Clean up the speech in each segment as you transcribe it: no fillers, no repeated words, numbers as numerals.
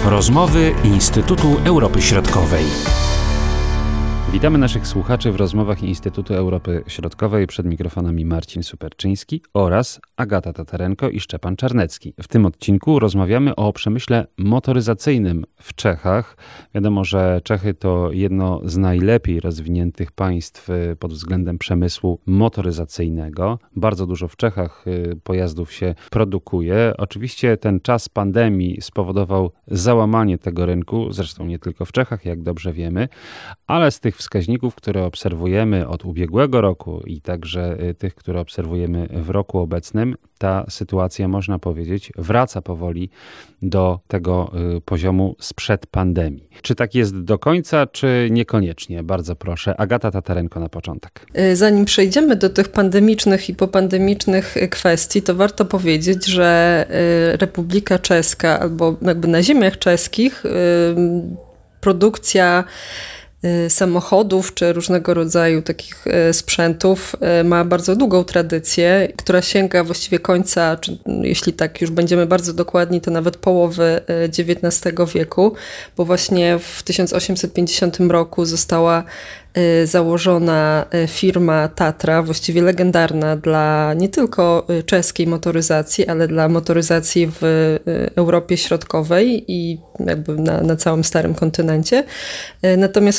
Rozmowy Instytutu Europy Środkowej. Witamy naszych słuchaczy w rozmowach Instytutu Europy Środkowej. Przed mikrofonami Marcin Superczyński oraz Agata Tatarenko i Szczepan Czarnecki. W tym odcinku rozmawiamy o przemyśle motoryzacyjnym w Czechach. Wiadomo, że Czechy to jedno z najlepiej rozwiniętych państw pod względem przemysłu motoryzacyjnego. Bardzo dużo w Czechach pojazdów się produkuje. Oczywiście ten czas pandemii spowodował załamanie tego rynku, zresztą nie tylko w Czechach, jak dobrze wiemy, ale z tych wskaźników, które obserwujemy od ubiegłego roku i także tych, które obserwujemy w roku obecnym, ta sytuacja, można powiedzieć, wraca powoli do tego poziomu sprzed pandemii. Czy tak jest do końca, czy niekoniecznie? Bardzo proszę. Agata Tatarenko na początek. Zanim przejdziemy do tych pandemicznych i popandemicznych kwestii, to warto powiedzieć, że Republika Czeska albo jakby na ziemiach czeskich produkcja samochodów czy różnego rodzaju takich sprzętów ma bardzo długą tradycję, która sięga właściwie końca, czy jeśli tak już będziemy bardzo dokładni, to nawet połowy XIX wieku, bo właśnie w 1850 roku została założona firma Tatra, właściwie legendarna dla nie tylko czeskiej motoryzacji, ale dla motoryzacji w Europie Środkowej i jakby na całym starym kontynencie. Natomiast w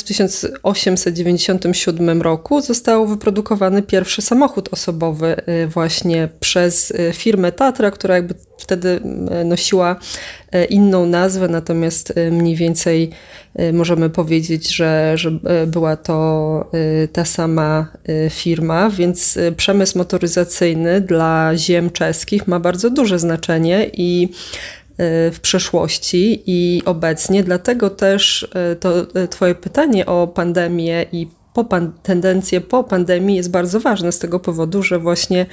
1897 roku został wyprodukowany pierwszy samochód osobowy właśnie przez firmę Tatra, która jakby wtedy nosiła inną nazwę, natomiast mniej więcej możemy powiedzieć, że była to ta sama firma, więc przemysł motoryzacyjny dla ziem czeskich ma bardzo duże znaczenie i w przeszłości i obecnie. Dlatego też to twoje pytanie o pandemię i tendencje po pandemii jest bardzo ważne z tego powodu, że właśnie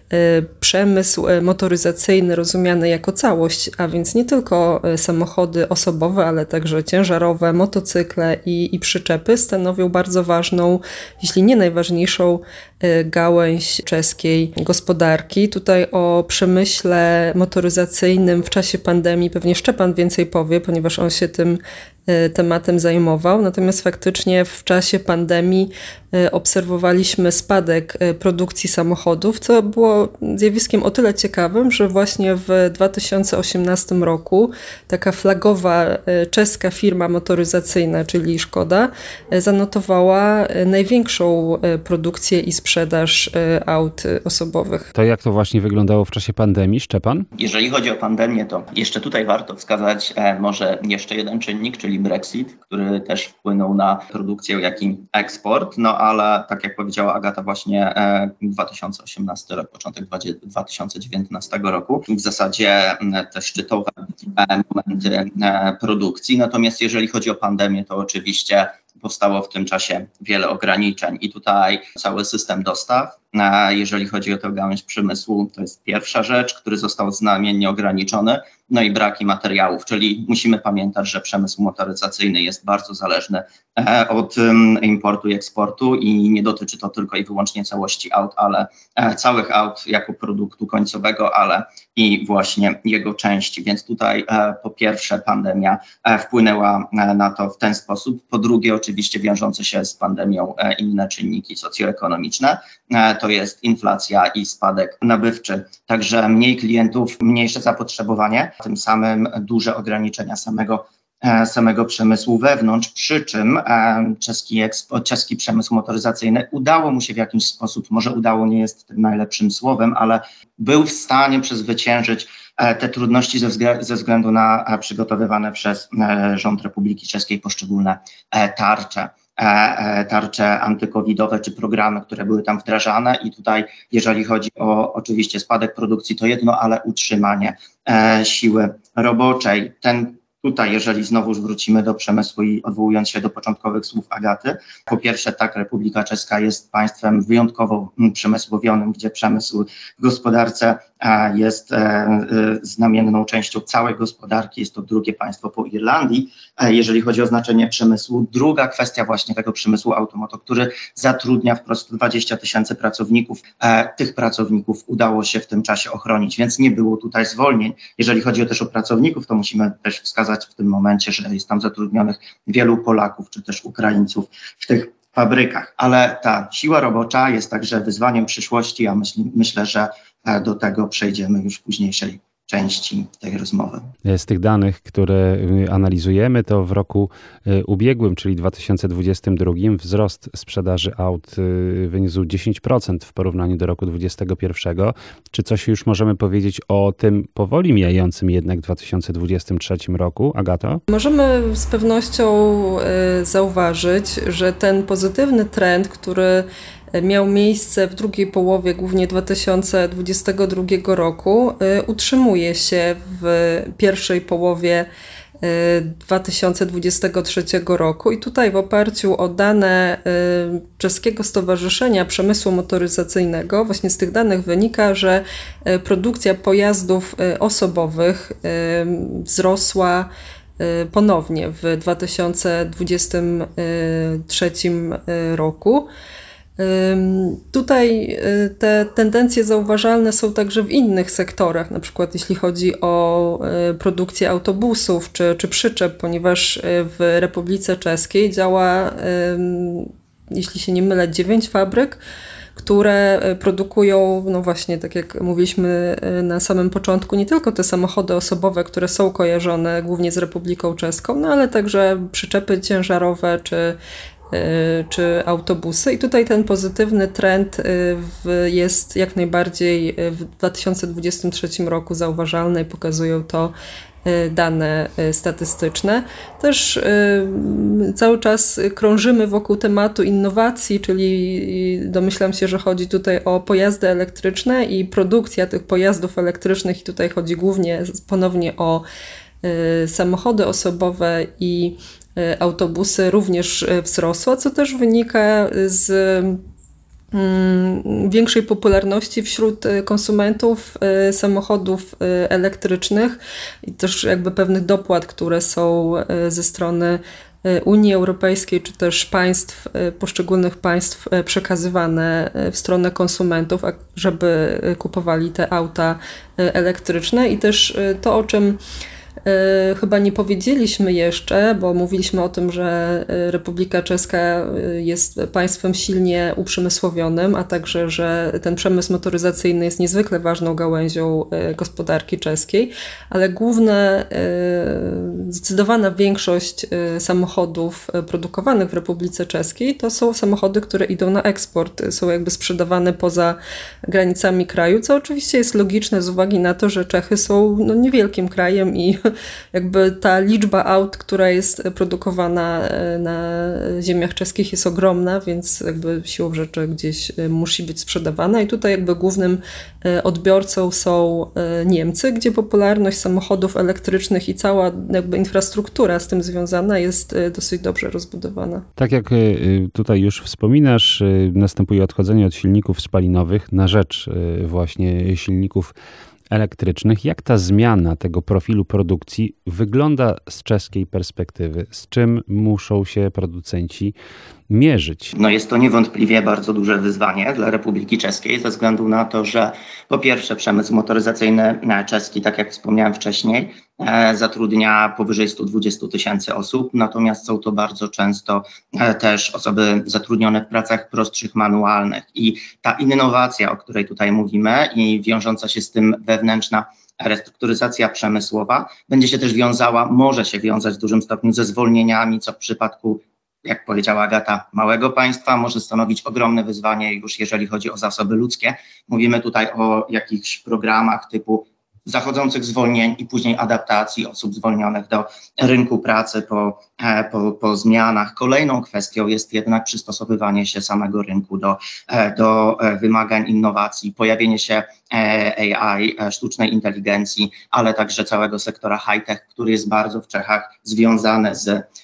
przemysł motoryzacyjny rozumiany jako całość, a więc nie tylko samochody osobowe, ale także ciężarowe, motocykle i przyczepy stanowią bardzo ważną, jeśli nie najważniejszą gałęź czeskiej gospodarki. Tutaj o przemyśle motoryzacyjnym w czasie pandemii pewnie Szczepan więcej powie, ponieważ on się tym tematem zajmował. Natomiast faktycznie w czasie pandemii obserwowaliśmy spadek produkcji samochodów, co było zjawiskiem o tyle ciekawym, że właśnie w 2018 roku taka flagowa czeska firma motoryzacyjna, czyli Škoda, zanotowała największą produkcję i sprzedaż aut osobowych. To jak to właśnie wyglądało w czasie pandemii, Szczepan? Jeżeli chodzi o pandemię, to jeszcze tutaj warto wskazać może jeszcze jeden czynnik, czyli Brexit, który też wpłynął na produkcję, jak i eksport, ale tak jak powiedziała Agata, właśnie 2018 rok, początek 2019 roku, w zasadzie te szczytowe momenty produkcji. Natomiast jeżeli chodzi o pandemię, to oczywiście powstało w tym czasie wiele ograniczeń i tutaj cały system dostaw, jeżeli chodzi o tę gałąź przemysłu, to jest pierwsza rzecz, który został znamiennie ograniczony, i braki materiałów, czyli musimy pamiętać, że przemysł motoryzacyjny jest bardzo zależny od importu i eksportu i nie dotyczy to tylko i wyłącznie całości aut, ale całych aut jako produktu końcowego, ale i właśnie jego części, więc tutaj po pierwsze pandemia wpłynęła na to w ten sposób, po drugie oczywiście wiążące się z pandemią inne czynniki socjoekonomiczne, to jest inflacja i spadek nabywczy, także mniej klientów, mniejsze zapotrzebowanie, tym samym duże ograniczenia samego przemysłu wewnątrz, przy czym czeski przemysł motoryzacyjny udało mu się w jakiś sposób, może udało nie jest tym najlepszym słowem, ale był w stanie przezwyciężyć te trudności ze względu na przygotowywane przez rząd Republiki Czeskiej poszczególne tarcze antykowidowe czy programy, które były tam wdrażane i tutaj jeżeli chodzi o oczywiście spadek produkcji to jedno, ale utrzymanie siły roboczej. Tutaj, jeżeli znowuż wrócimy do przemysłu i odwołując się do początkowych słów Agaty, po pierwsze tak, Republika Czeska jest państwem wyjątkowo przemysłowionym, gdzie przemysł w gospodarce jest znamienną częścią całej gospodarki, jest to drugie państwo po Irlandii, jeżeli chodzi o znaczenie przemysłu. Druga kwestia właśnie tego przemysłu automoto, który zatrudnia wprost 20 000 pracowników. Tych pracowników udało się w tym czasie ochronić, więc nie było tutaj zwolnień. Jeżeli chodzi też o pracowników, to musimy też wskazać pokazać w tym momencie, że jest tam zatrudnionych wielu Polaków czy też Ukraińców w tych fabrykach. Ale ta siła robocza jest także wyzwaniem przyszłości, a myślę, że do tego przejdziemy już w późniejszej części tej rozmowy. Z tych danych, które analizujemy, to w roku ubiegłym, czyli 2022, wzrost sprzedaży aut wyniósł 10% w porównaniu do roku 2021. Czy coś już możemy powiedzieć o tym powoli mijającym jednak 2023 roku? Agato? Możemy z pewnością zauważyć, że ten pozytywny trend, który miał miejsce w drugiej połowie głównie 2022 roku, utrzymuje się w pierwszej połowie 2023 roku i tutaj w oparciu o dane Czeskiego Stowarzyszenia Przemysłu Motoryzacyjnego, właśnie z tych danych wynika, że produkcja pojazdów osobowych wzrosła ponownie w 2023 roku. Tutaj te tendencje zauważalne są także w innych sektorach, na przykład jeśli chodzi o produkcję autobusów czy przyczep, ponieważ w Republice Czeskiej działa, jeśli się nie mylę, 9 fabryk, które produkują, no właśnie, tak jak mówiliśmy na samym początku, nie tylko te samochody osobowe, które są kojarzone głównie z Republiką Czeską, no ale także przyczepy ciężarowe czy autobusy. I tutaj ten pozytywny trend jest jak najbardziej w 2023 roku zauważalny i pokazują to dane statystyczne. Też cały czas krążymy wokół tematu innowacji, czyli domyślam się, że chodzi tutaj o pojazdy elektryczne i produkcja tych pojazdów elektrycznych i tutaj chodzi głównie ponownie o samochody osobowe i autobusy również wzrosła, co też wynika z większej popularności wśród konsumentów samochodów elektrycznych i też jakby pewnych dopłat, które są ze strony Unii Europejskiej czy też poszczególnych państw przekazywane w stronę konsumentów, żeby kupowali te auta elektryczne i też to, o czym chyba nie powiedzieliśmy jeszcze, bo mówiliśmy o tym, że Republika Czeska jest państwem silnie uprzemysłowionym, a także, że ten przemysł motoryzacyjny jest niezwykle ważną gałęzią gospodarki czeskiej, ale zdecydowana większość samochodów produkowanych w Republice Czeskiej to są samochody, które idą na eksport, są jakby sprzedawane poza granicami kraju, co oczywiście jest logiczne z uwagi na to, że Czechy są niewielkim krajem i jakby ta liczba aut, która jest produkowana na ziemiach czeskich jest ogromna, więc jakby siłą rzeczy gdzieś musi być sprzedawana i tutaj jakby głównym odbiorcą są Niemcy, gdzie popularność samochodów elektrycznych i cała jakby infrastruktura z tym związana jest dosyć dobrze rozbudowana. Tak jak tutaj już wspominasz, następuje odchodzenie od silników spalinowych na rzecz właśnie silników elektrycznych. Jak ta zmiana tego profilu produkcji wygląda z czeskiej perspektywy? Z czym muszą się producenci mierzyć? Jest to niewątpliwie bardzo duże wyzwanie dla Republiki Czeskiej ze względu na to, że po pierwsze przemysł motoryzacyjny czeski, tak jak wspomniałem wcześniej, zatrudnia powyżej 120 000 osób, natomiast są to bardzo często też osoby zatrudnione w pracach prostszych, manualnych i ta innowacja, o której tutaj mówimy i wiążąca się z tym wewnętrzna restrukturyzacja przemysłowa będzie się też może się wiązać w dużym stopniu ze zwolnieniami, co w przypadku, jak powiedziała Agata, małego państwa może stanowić ogromne wyzwanie już jeżeli chodzi o zasoby ludzkie. Mówimy tutaj o jakichś programach typu zachodzących zwolnień i później adaptacji osób zwolnionych do rynku pracy po zmianach. Kolejną kwestią jest jednak przystosowywanie się samego rynku do wymagań innowacji, pojawienie się AI, sztucznej inteligencji, ale także całego sektora high-tech, który jest bardzo w Czechach związany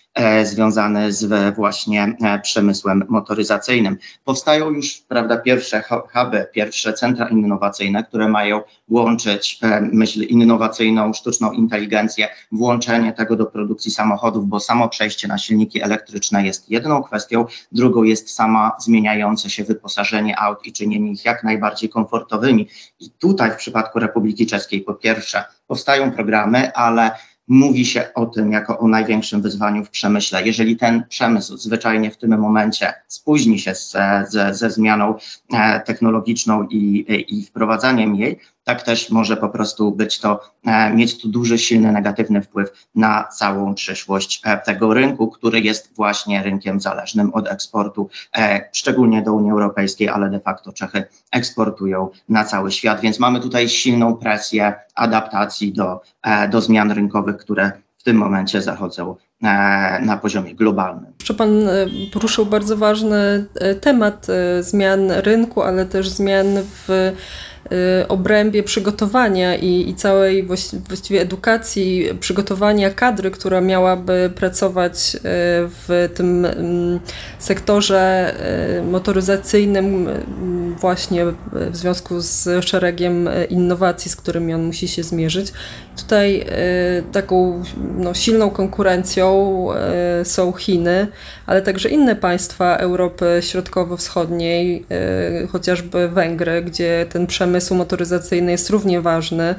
z właśnie przemysłem motoryzacyjnym. Powstają już, pierwsze huby, pierwsze centra innowacyjne, które mają łączyć myśl innowacyjną, sztuczną inteligencję, włączenie tego do produkcji samochodów, bo samo przejście na silniki elektryczne jest jedną kwestią, drugą jest sama zmieniające się wyposażenie aut i czynienie ich jak najbardziej komfortowymi. I tutaj w przypadku Republiki Czeskiej po pierwsze powstają programy, ale mówi się o tym jako o największym wyzwaniu w przemyśle. Jeżeli ten przemysł zwyczajnie w tym momencie spóźni się ze zmianą technologiczną i wprowadzaniem jej, tak też może po prostu mieć to duży, silny, negatywny wpływ na całą przyszłość tego rynku, który jest właśnie rynkiem zależnym od eksportu, szczególnie do Unii Europejskiej, ale de facto Czechy eksportują na cały świat, więc mamy tutaj silną presję adaptacji do zmian rynkowych, które w tym momencie zachodzą na poziomie globalnym. Szczepan poruszył bardzo ważny temat zmian rynku, ale też zmian w obrębie przygotowania i całej właściwie edukacji, przygotowania kadry, która miałaby pracować w tym sektorze motoryzacyjnym właśnie w związku z szeregiem innowacji, z którymi on musi się zmierzyć. Tutaj taką silną konkurencją są Chiny, ale także inne państwa Europy Środkowo-Wschodniej, chociażby Węgry, gdzie ten przemysł motoryzacyjny jest równie ważny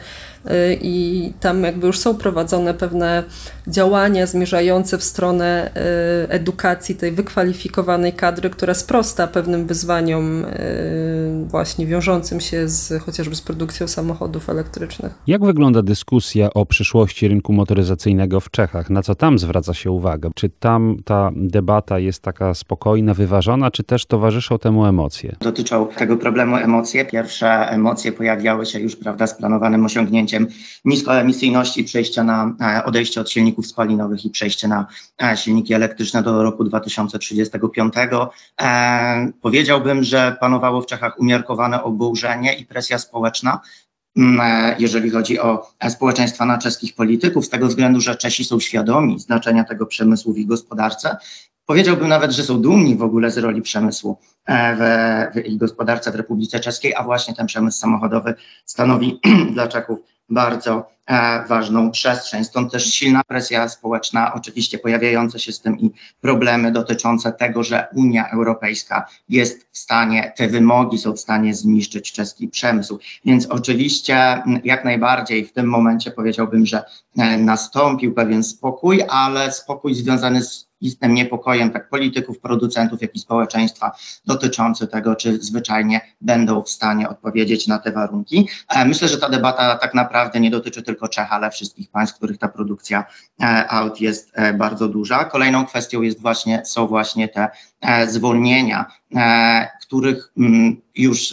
i tam jakby już są prowadzone pewne działania zmierzające w stronę edukacji tej wykwalifikowanej kadry, która sprosta pewnym wyzwaniom właśnie wiążącym się chociażby z produkcją samochodów elektrycznych. Jak wygląda dyskusja o przyszłości rynku motoryzacyjnego w Czechach? Na co tam zwraca się uwagę? Czy tam ta debata jest taka spokojna, wyważona, czy też towarzyszą temu emocje? Dotyczą tego problemu emocje. Pierwsze emocje pojawiały się już, z planowanym osiągnięciem niskoemisyjności, przejścia na odejście od silników spalinowych i przejście na silniki elektryczne do roku 2035. Powiedziałbym, że panowało w Czechach umiarkowane oburzenie i presja społeczna, jeżeli chodzi o społeczeństwa na czeskich polityków, z tego względu, że Czesi są świadomi znaczenia tego przemysłu w ich gospodarce. Powiedziałbym nawet, że są dumni w ogóle z roli przemysłu w ich gospodarce w Republice Czeskiej, a właśnie ten przemysł samochodowy stanowi dla Czechów bardzo ważną przestrzeń. Stąd też silna presja społeczna, oczywiście pojawiające się z tym i problemy dotyczące tego, że Unia Europejska jest w stanie, te wymogi są w stanie zniszczyć czeski przemysł. Więc oczywiście jak najbardziej w tym momencie powiedziałbym, że nastąpił pewien spokój, ale spokój związany z istnym niepokojem tak polityków, producentów, jak i społeczeństwa dotyczący tego, czy zwyczajnie będą w stanie odpowiedzieć na te warunki. Myślę, że ta debata tak naprawdę nie dotyczy tylko Czech, ale wszystkich państw, w których ta produkcja aut jest bardzo duża. Kolejną kwestią są właśnie te zwolnienia, których już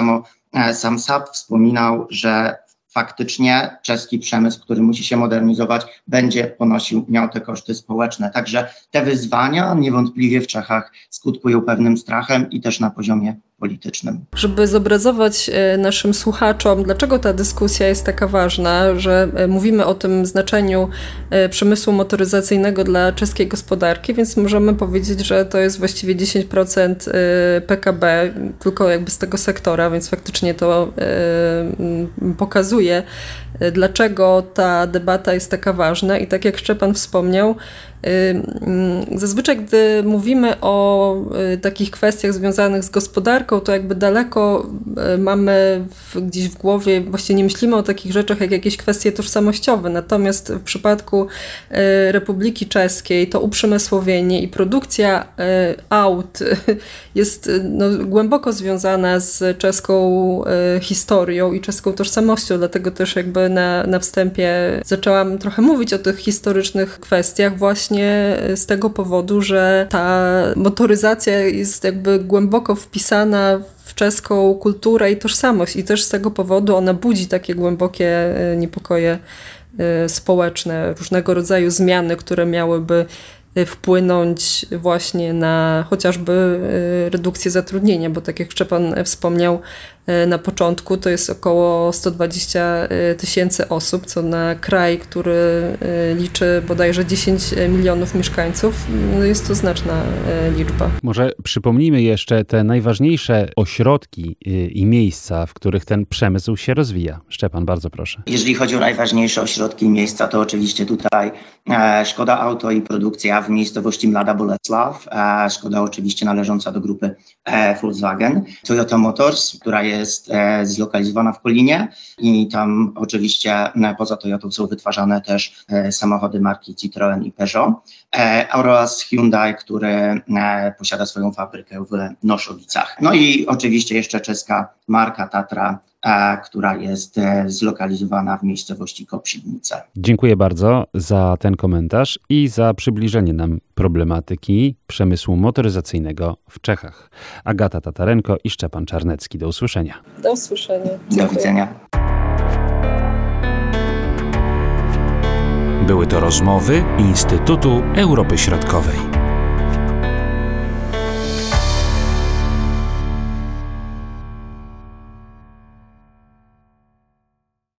sam Saab wspominał, że faktycznie czeski przemysł, który musi się modernizować, będzie miał te koszty społeczne. Także te wyzwania niewątpliwie w Czechach skutkują pewnym strachem i też na poziomie politycznym. Żeby zobrazować naszym słuchaczom, dlaczego ta dyskusja jest taka ważna, że mówimy o tym znaczeniu przemysłu motoryzacyjnego dla czeskiej gospodarki, więc możemy powiedzieć, że to jest właściwie 10% PKB, tylko jakby z tego sektora, więc faktycznie to pokazuje, dlaczego ta debata jest taka ważna. I tak jak Szczepan wspomniał, zazwyczaj, gdy mówimy o takich kwestiach związanych z gospodarką, to jakby daleko mamy gdzieś w głowie, właściwie nie myślimy o takich rzeczach jak jakieś kwestie tożsamościowe. Natomiast w przypadku Republiki Czeskiej to uprzemysłowienie i produkcja aut jest głęboko związana z czeską historią i czeską tożsamością, dlatego też jakby na wstępie zaczęłam trochę mówić o tych historycznych kwestiach właśnie z tego powodu, że ta motoryzacja jest jakby głęboko wpisana w czeską kulturę i tożsamość i też z tego powodu ona budzi takie głębokie niepokoje społeczne, różnego rodzaju zmiany, które miałyby wpłynąć właśnie na chociażby redukcję zatrudnienia, bo tak jak Szczepan wspomniał na początku, to jest około 120 000 osób, co na kraj, który liczy bodajże 10 milionów mieszkańców, jest to znaczna liczba. Może przypomnijmy jeszcze te najważniejsze ośrodki i miejsca, w których ten przemysł się rozwija. Szczepan, bardzo proszę. Jeżeli chodzi o najważniejsze ośrodki i miejsca, to oczywiście tutaj Škoda Auto i produkcja w miejscowości Mlada Bolesław, Škoda oczywiście należąca do grupy Volkswagen, Toyota Motors, która jest zlokalizowana w Kolinie i tam oczywiście poza Toyotą są wytwarzane też samochody marki Citroën i Peugeot oraz Hyundai, który posiada swoją fabrykę w Noszowicach. No i oczywiście jeszcze czeska marka Tatra, która jest zlokalizowana w miejscowości Koprzywnice. Dziękuję bardzo za ten komentarz i za przybliżenie nam problematyki przemysłu motoryzacyjnego w Czechach. Agata Tatarenko i Szczepan Czarnecki. Do usłyszenia. Do usłyszenia. Do widzenia. Były to rozmowy Instytutu Europy Środkowej.